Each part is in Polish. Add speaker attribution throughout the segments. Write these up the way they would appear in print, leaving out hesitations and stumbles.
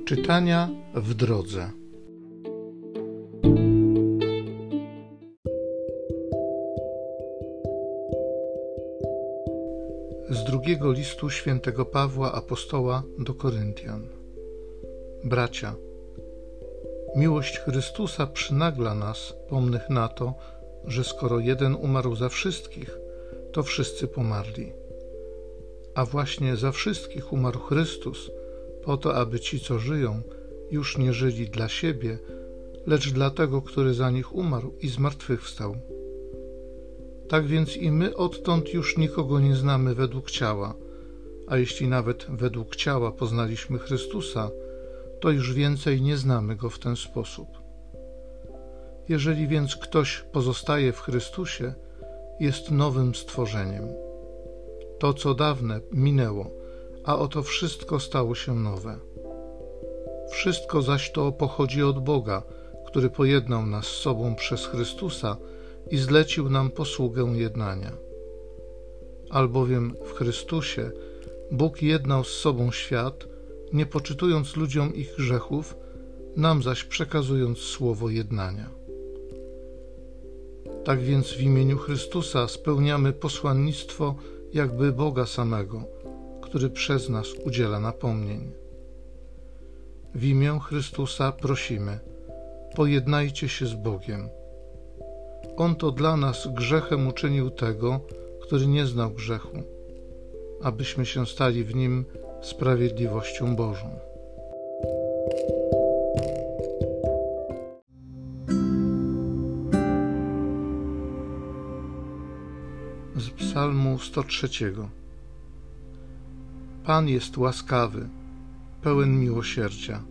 Speaker 1: Czytania w drodze. Z drugiego listu świętego Pawła apostoła do Koryntian. Bracia, miłość Chrystusa przynagla nas, pomnych na to, że skoro jeden umarł za wszystkich, to wszyscy pomarli. A właśnie za wszystkich umarł Chrystus, po to, aby ci, co żyją, już nie żyli dla siebie, lecz dla tego, który za nich umarł i zmartwychwstał. Tak więc i my odtąd już nikogo nie znamy według ciała, a jeśli nawet według ciała poznaliśmy Chrystusa, to już więcej nie znamy Go w ten sposób. Jeżeli więc ktoś pozostaje w Chrystusie, jest nowym stworzeniem. To, co dawne, minęło, a oto wszystko stało się nowe. Wszystko zaś to pochodzi od Boga, który pojednał nas z sobą przez Chrystusa i zlecił nam posługę jednania. Albowiem w Chrystusie Bóg jednał z sobą świat, nie poczytując ludziom ich grzechów, nam zaś przekazując słowo jednania. Tak więc w imieniu Chrystusa spełniamy posłannictwo jakby Boga samego, który przez nas udziela napomnień. W imię Chrystusa prosimy, pojednajcie się z Bogiem. On to dla nas grzechem uczynił tego, który nie znał grzechu, abyśmy się stali w nim sprawiedliwością Bożą. Z Psalmu 103. Pan jest łaskawy, pełen miłosierdzia.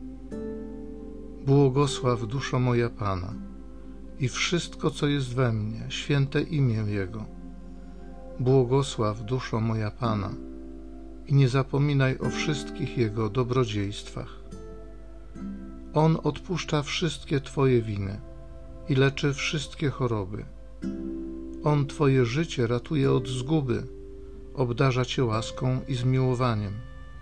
Speaker 1: Błogosław duszo moja Pana i wszystko, co jest we mnie, święte imię Jego. Błogosław duszo moja Pana i nie zapominaj o wszystkich Jego dobrodziejstwach. On odpuszcza wszystkie Twoje winy i leczy wszystkie choroby. On Twoje życie ratuje od zguby, obdarza Cię łaską i zmiłowaniem.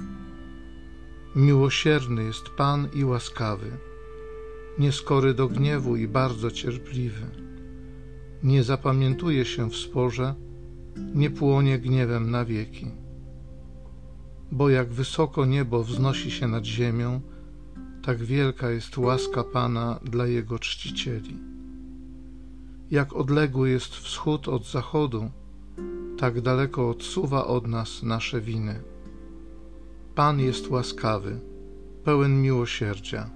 Speaker 1: Miłosierny jest Pan i łaskawy, nieskory do gniewu i bardzo cierpliwy. Nie zapamiętuje się w sporze, nie płonie gniewem na wieki. Bo jak wysoko niebo wznosi się nad ziemią, tak wielka jest łaska Pana dla Jego czcicieli. Jak odległy jest wschód od zachodu, tak daleko odsuwa od nas nasze winy. Pan jest łaskawy, pełen miłosierdzia.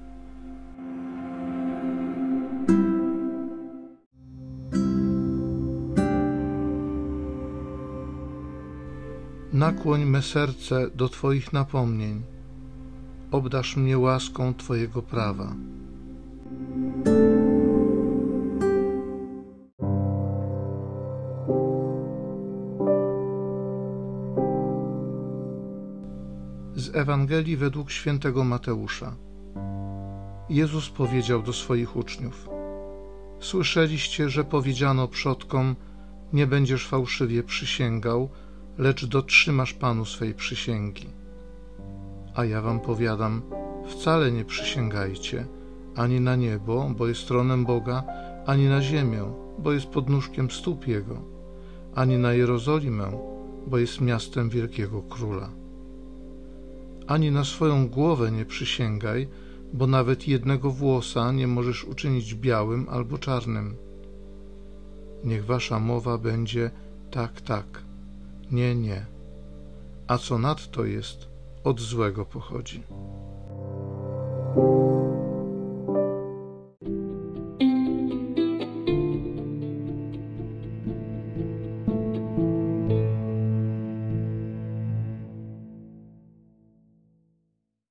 Speaker 1: Nakłoń me serce do Twoich napomnień, obdarz mnie łaską Twojego prawa. Z Ewangelii według świętego Mateusza. Jezus powiedział do swoich uczniów: Słyszeliście, że powiedziano przodkom: nie będziesz fałszywie przysięgał, lecz dotrzymasz Panu swej przysięgi. A ja wam powiadam, wcale nie przysięgajcie, ani na niebo, bo jest tronem Boga, ani na ziemię, bo jest podnóżkiem stóp Jego, ani na Jerozolimę, bo jest miastem wielkiego Króla. Ani na swoją głowę nie przysięgaj, bo nawet jednego włosa nie możesz uczynić białym albo czarnym. Niech wasza mowa będzie tak, tak, nie, nie, a co nadto jest, od złego pochodzi.